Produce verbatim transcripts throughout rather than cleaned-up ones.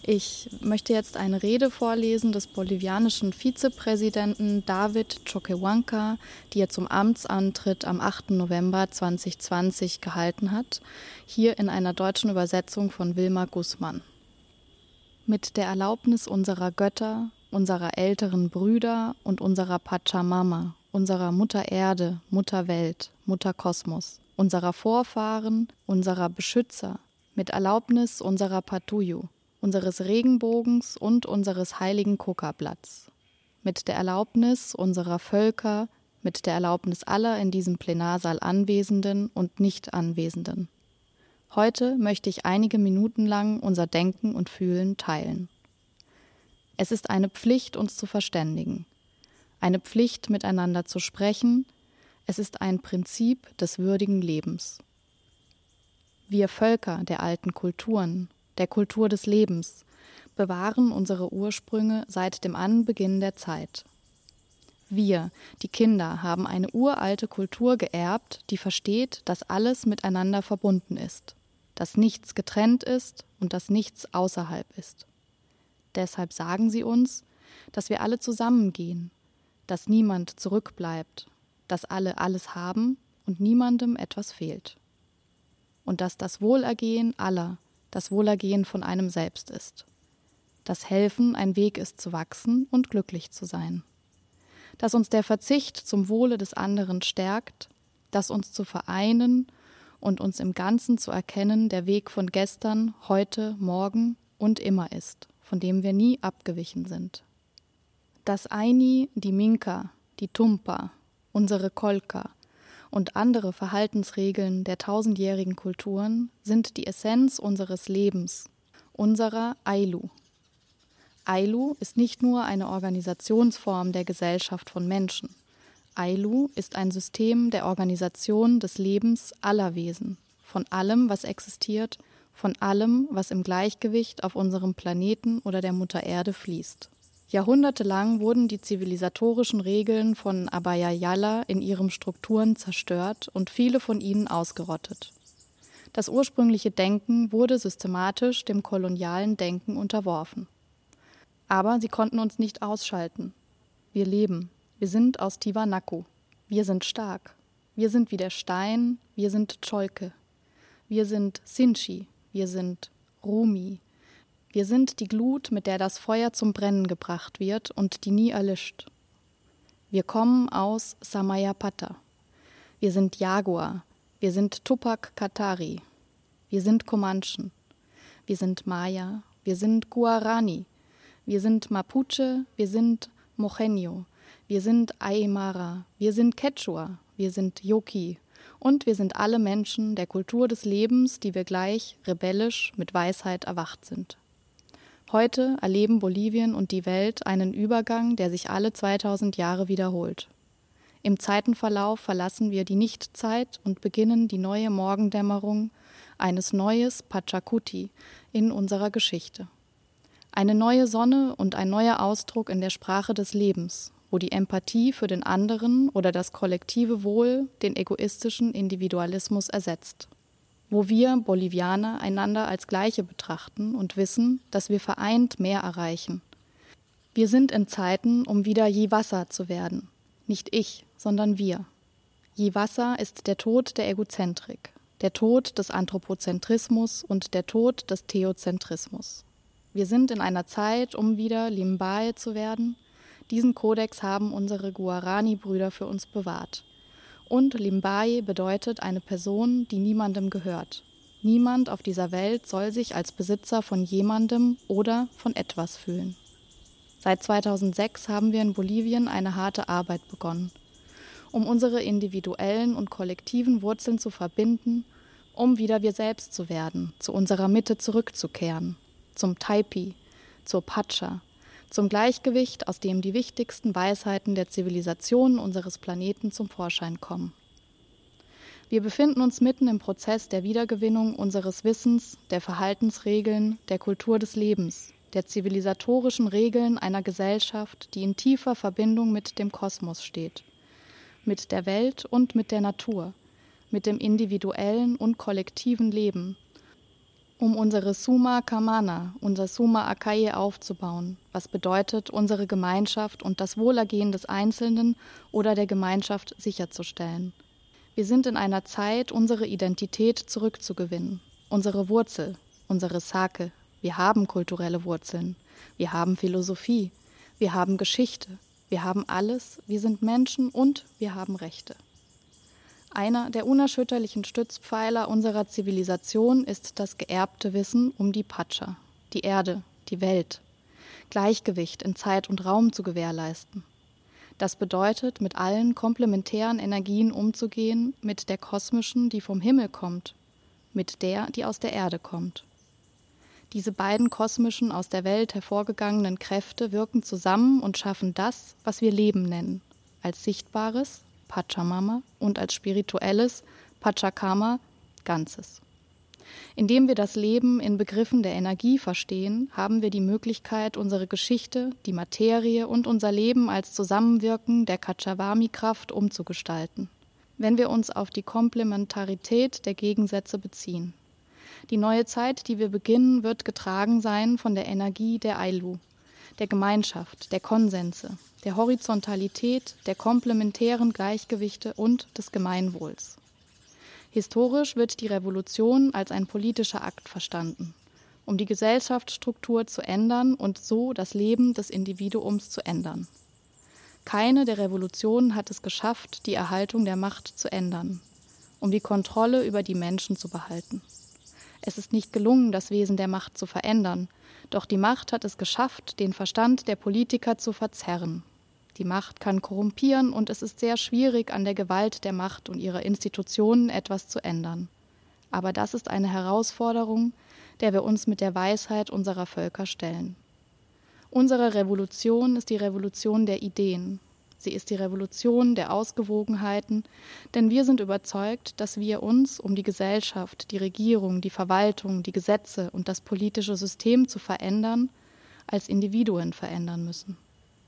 Ich möchte jetzt eine Rede vorlesen des bolivianischen Vizepräsidenten David Choquehuanca, die er zum Amtsantritt am achten November zweitausendzwanzig gehalten hat, hier in einer deutschen Übersetzung von Wilma Guzman. Mit der Erlaubnis unserer Götter, unserer älteren Brüder und unserer Pachamama, unserer Mutter Erde, Mutter Welt, Mutter Kosmos, unserer Vorfahren, unserer Beschützer, mit Erlaubnis unserer Patuyu, unseres Regenbogens und unseres heiligen Kokablatts, mit der Erlaubnis unserer Völker, mit der Erlaubnis aller in diesem Plenarsaal Anwesenden und Nicht-Anwesenden. Heute möchte ich einige Minuten lang unser Denken und Fühlen teilen. Es ist eine Pflicht, uns zu verständigen, eine Pflicht, miteinander zu sprechen. Es ist ein Prinzip des würdigen Lebens. Wir Völker der alten Kulturen, der Kultur des Lebens, bewahren unsere Ursprünge seit dem Anbeginn der Zeit. Wir, die Kinder, haben eine uralte Kultur geerbt, die versteht, dass alles miteinander verbunden ist, dass nichts getrennt ist und dass nichts außerhalb ist. Deshalb sagen sie uns, dass wir alle zusammengehen, dass niemand zurückbleibt, dass alle alles haben und niemandem etwas fehlt. Und dass das Wohlergehen aller das Wohlergehen von einem selbst ist. Dass Helfen ein Weg ist zu wachsen und glücklich zu sein. Dass uns der Verzicht zum Wohle des anderen stärkt, dass uns zu vereinen und uns im Ganzen zu erkennen der Weg von gestern, heute, morgen und immer ist, von dem wir nie abgewichen sind. Dass Aini, die Minka, die Tumpa, unsere Kolka und andere Verhaltensregeln der tausendjährigen Kulturen sind die Essenz unseres Lebens, unserer Ailu. Ailu ist nicht nur eine Organisationsform der Gesellschaft von Menschen. Ailu ist ein System der Organisation des Lebens aller Wesen, von allem, was existiert, von allem, was im Gleichgewicht auf unserem Planeten oder der Mutter Erde fließt. Jahrhundertelang wurden die zivilisatorischen Regeln von Abya Yala in ihren Strukturen zerstört und viele von ihnen ausgerottet. Das ursprüngliche Denken wurde systematisch dem kolonialen Denken unterworfen. Aber sie konnten uns nicht ausschalten. Wir leben. Wir sind aus Tiwanaku. Wir sind stark. Wir sind wie der Stein. Wir sind Cholke. Wir sind Sinchi. Wir sind Rumi. Wir sind die Glut, mit der das Feuer zum Brennen gebracht wird und die nie erlischt. Wir kommen aus Samayapata. Wir sind Jaguar. Wir sind Tupac Katari. Wir sind Comanchen. Wir sind Maya. Wir sind Guarani. Wir sind Mapuche. Wir sind Mojenio. Wir sind Aymara. Wir sind Quechua. Wir sind Yoki. Und wir sind alle Menschen der Kultur des Lebens, die wir gleich rebellisch mit Weisheit erwacht sind. Heute erleben Bolivien und die Welt einen Übergang, der sich alle zweitausend Jahre wiederholt. Im Zeitenverlauf verlassen wir die Nichtzeit und beginnen die neue Morgendämmerung eines neues Pachacuti in unserer Geschichte. Eine neue Sonne und ein neuer Ausdruck in der Sprache des Lebens, wo die Empathie für den anderen oder das kollektive Wohl den egoistischen Individualismus ersetzt. Wo wir Bolivianer einander als Gleiche betrachten und wissen, dass wir vereint mehr erreichen. Wir sind in Zeiten, um wieder Yiwasa zu werden. Nicht ich, sondern wir. Yiwasa ist der Tod der Egozentrik, der Tod des Anthropozentrismus und der Tod des Theozentrismus. Wir sind in einer Zeit, um wieder Limbaye zu werden. Diesen Kodex haben unsere Guarani-Brüder für uns bewahrt. Und Limbaye bedeutet eine Person, die niemandem gehört. Niemand auf dieser Welt soll sich als Besitzer von jemandem oder von etwas fühlen. Seit zweitausendsechs haben wir in Bolivien eine harte Arbeit begonnen, um unsere individuellen und kollektiven Wurzeln zu verbinden, um wieder wir selbst zu werden, zu unserer Mitte zurückzukehren, zum Taipi, zur Pacha, zum Gleichgewicht, aus dem die wichtigsten Weisheiten der Zivilisation unseres Planeten zum Vorschein kommen. Wir befinden uns mitten im Prozess der Wiedergewinnung unseres Wissens, der Verhaltensregeln, der Kultur des Lebens, der zivilisatorischen Regeln einer Gesellschaft, die in tiefer Verbindung mit dem Kosmos steht, mit der Welt und mit der Natur, mit dem individuellen und kollektiven Leben um unsere Summa Kamana, unser Summa Akaye aufzubauen, was bedeutet, unsere Gemeinschaft und das Wohlergehen des Einzelnen oder der Gemeinschaft sicherzustellen. Wir sind in einer Zeit, unsere Identität zurückzugewinnen, unsere Wurzel, unsere Sake. Wir haben kulturelle Wurzeln, wir haben Philosophie, wir haben Geschichte, wir haben alles, wir sind Menschen und wir haben Rechte. Einer der unerschütterlichen Stützpfeiler unserer Zivilisation ist das geerbte Wissen um die Pacha, die Erde, die Welt, Gleichgewicht in Zeit und Raum zu gewährleisten. Das bedeutet, mit allen komplementären Energien umzugehen, mit der kosmischen, die vom Himmel kommt, mit der, die aus der Erde kommt. Diese beiden kosmischen, aus der Welt hervorgegangenen Kräfte wirken zusammen und schaffen das, was wir Leben nennen, als Sichtbares, Pachamama, und als spirituelles, Pachakama, Ganzes. Indem wir das Leben in Begriffen der Energie verstehen, haben wir die Möglichkeit, unsere Geschichte, die Materie und unser Leben als Zusammenwirken der Kachavami-Kraft umzugestalten, wenn wir uns auf die Komplementarität der Gegensätze beziehen. Die neue Zeit, die wir beginnen, wird getragen sein von der Energie der Ailu, der Gemeinschaft, der Konsense, der Horizontalität, der komplementären Gleichgewichte und des Gemeinwohls. Historisch wird die Revolution als ein politischer Akt verstanden, um die Gesellschaftsstruktur zu ändern und so das Leben des Individuums zu ändern. Keine der Revolutionen hat es geschafft, die Erhaltung der Macht zu ändern, um die Kontrolle über die Menschen zu behalten. Es ist nicht gelungen, das Wesen der Macht zu verändern, doch die Macht hat es geschafft, den Verstand der Politiker zu verzerren. Die Macht kann korrumpieren und es ist sehr schwierig, an der Gewalt der Macht und ihrer Institutionen etwas zu ändern. Aber das ist eine Herausforderung, der wir uns mit der Weisheit unserer Völker stellen. Unsere Revolution ist die Revolution der Ideen. Sie ist die Revolution der Ausgewogenheiten, denn wir sind überzeugt, dass wir uns, um die Gesellschaft, die Regierung, die Verwaltung, die Gesetze und das politische System zu verändern, als Individuen verändern müssen.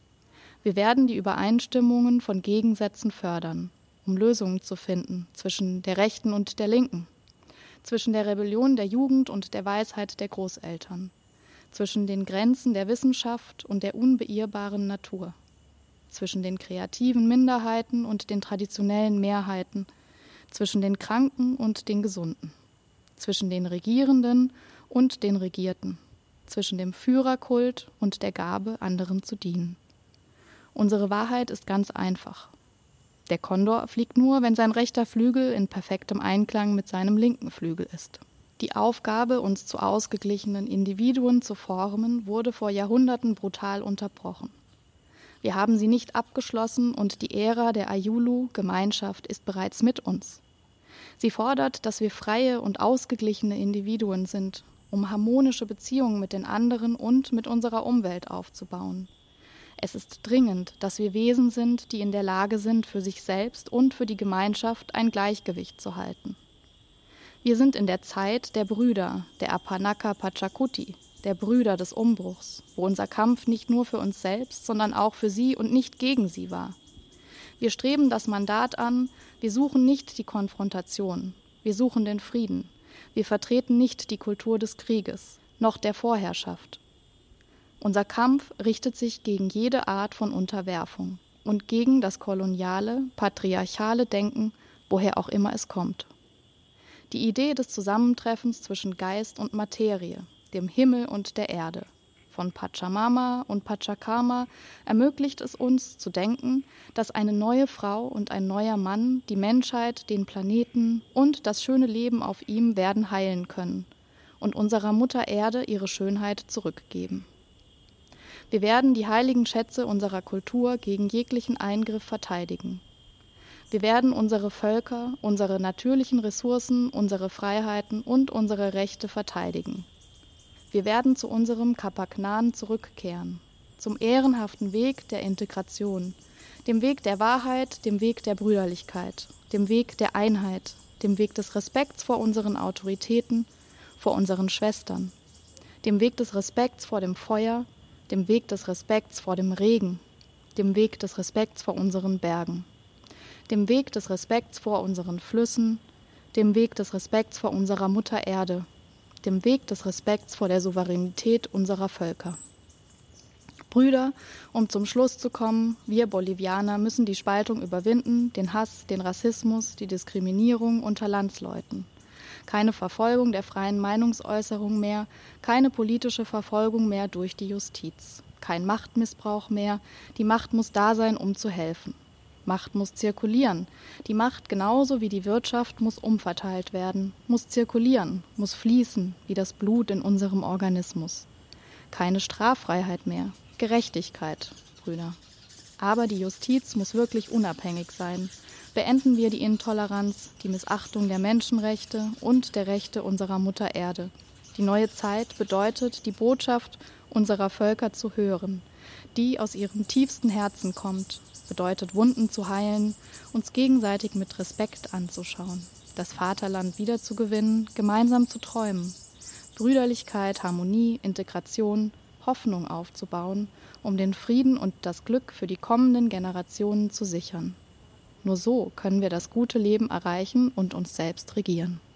Wir werden die Übereinstimmungen von Gegensätzen fördern, um Lösungen zu finden zwischen der Rechten und der Linken, zwischen der Rebellion der Jugend und der Weisheit der Großeltern, zwischen den Grenzen der Wissenschaft und der unbeirrbaren Natur, zwischen den kreativen Minderheiten und den traditionellen Mehrheiten, zwischen den Kranken und den Gesunden, zwischen den Regierenden und den Regierten, zwischen dem Führerkult und der Gabe, anderen zu dienen. Unsere Wahrheit ist ganz einfach. Der Kondor fliegt nur, wenn sein rechter Flügel in perfektem Einklang mit seinem linken Flügel ist. Die Aufgabe, uns zu ausgeglichenen Individuen zu formen, wurde vor Jahrhunderten brutal unterbrochen. Wir haben sie nicht abgeschlossen und die Ära der Ayulu, Gemeinschaft, ist bereits mit uns. Sie fordert, dass wir freie und ausgeglichene Individuen sind, um harmonische Beziehungen mit den anderen und mit unserer Umwelt aufzubauen. Es ist dringend, dass wir Wesen sind, die in der Lage sind, für sich selbst und für die Gemeinschaft ein Gleichgewicht zu halten. Wir sind in der Zeit der Brüder, der Apanaka Pachakuti, der Brüder des Umbruchs, wo unser Kampf nicht nur für uns selbst, sondern auch für sie und nicht gegen sie war. Wir streben das Mandat an, wir suchen nicht die Konfrontation, wir suchen den Frieden. Wir vertreten nicht die Kultur des Krieges, noch der Vorherrschaft. Unser Kampf richtet sich gegen jede Art von Unterwerfung und gegen das koloniale, patriarchale Denken, woher auch immer es kommt. Die Idee des Zusammentreffens zwischen Geist und Materie, dem Himmel und der Erde, von Pachamama und Pachakama, ermöglicht es uns zu denken, dass eine neue Frau und ein neuer Mann die Menschheit, den Planeten und das schöne Leben auf ihm werden heilen können und unserer Mutter Erde ihre Schönheit zurückgeben. Wir werden die heiligen Schätze unserer Kultur gegen jeglichen Eingriff verteidigen. Wir werden unsere Völker, unsere natürlichen Ressourcen, unsere Freiheiten und unsere Rechte verteidigen. Wir werden zu unserem Kapaknan zurückkehren, zum ehrenhaften Weg der Integration, dem Weg der Wahrheit, dem Weg der Brüderlichkeit, dem Weg der Einheit, dem Weg des Respekts vor unseren Autoritäten, vor unseren Schwestern, dem Weg des Respekts vor dem Feuer, dem Weg des Respekts vor dem Regen, dem Weg des Respekts vor unseren Bergen, dem Weg des Respekts vor unseren Flüssen, dem Weg des Respekts vor unserer Mutter Erde, dem Weg des Respekts vor der Souveränität unserer Völker. Brüder, um zum Schluss zu kommen, wir Bolivianer müssen die Spaltung überwinden, den Hass, den Rassismus, die Diskriminierung unter Landsleuten. Keine Verfolgung der freien Meinungsäußerung mehr, keine politische Verfolgung mehr durch die Justiz. Kein Machtmissbrauch mehr, die Macht muss da sein, um zu helfen. Macht muss zirkulieren. Die Macht genauso wie die Wirtschaft muss umverteilt werden, muss zirkulieren, muss fließen, wie das Blut in unserem Organismus. Keine Straffreiheit mehr, Gerechtigkeit, Brüder. Aber die Justiz muss wirklich unabhängig sein. Beenden wir die Intoleranz, die Missachtung der Menschenrechte und der Rechte unserer Mutter Erde. Die neue Zeit bedeutet, die Botschaft unserer Völker zu hören, die aus ihrem tiefsten Herzen kommt, bedeutet Wunden zu heilen, uns gegenseitig mit Respekt anzuschauen, das Vaterland wiederzugewinnen, gemeinsam zu träumen, Brüderlichkeit, Harmonie, Integration, Hoffnung aufzubauen, um den Frieden und das Glück für die kommenden Generationen zu sichern. Nur so können wir das gute Leben erreichen und uns selbst regieren.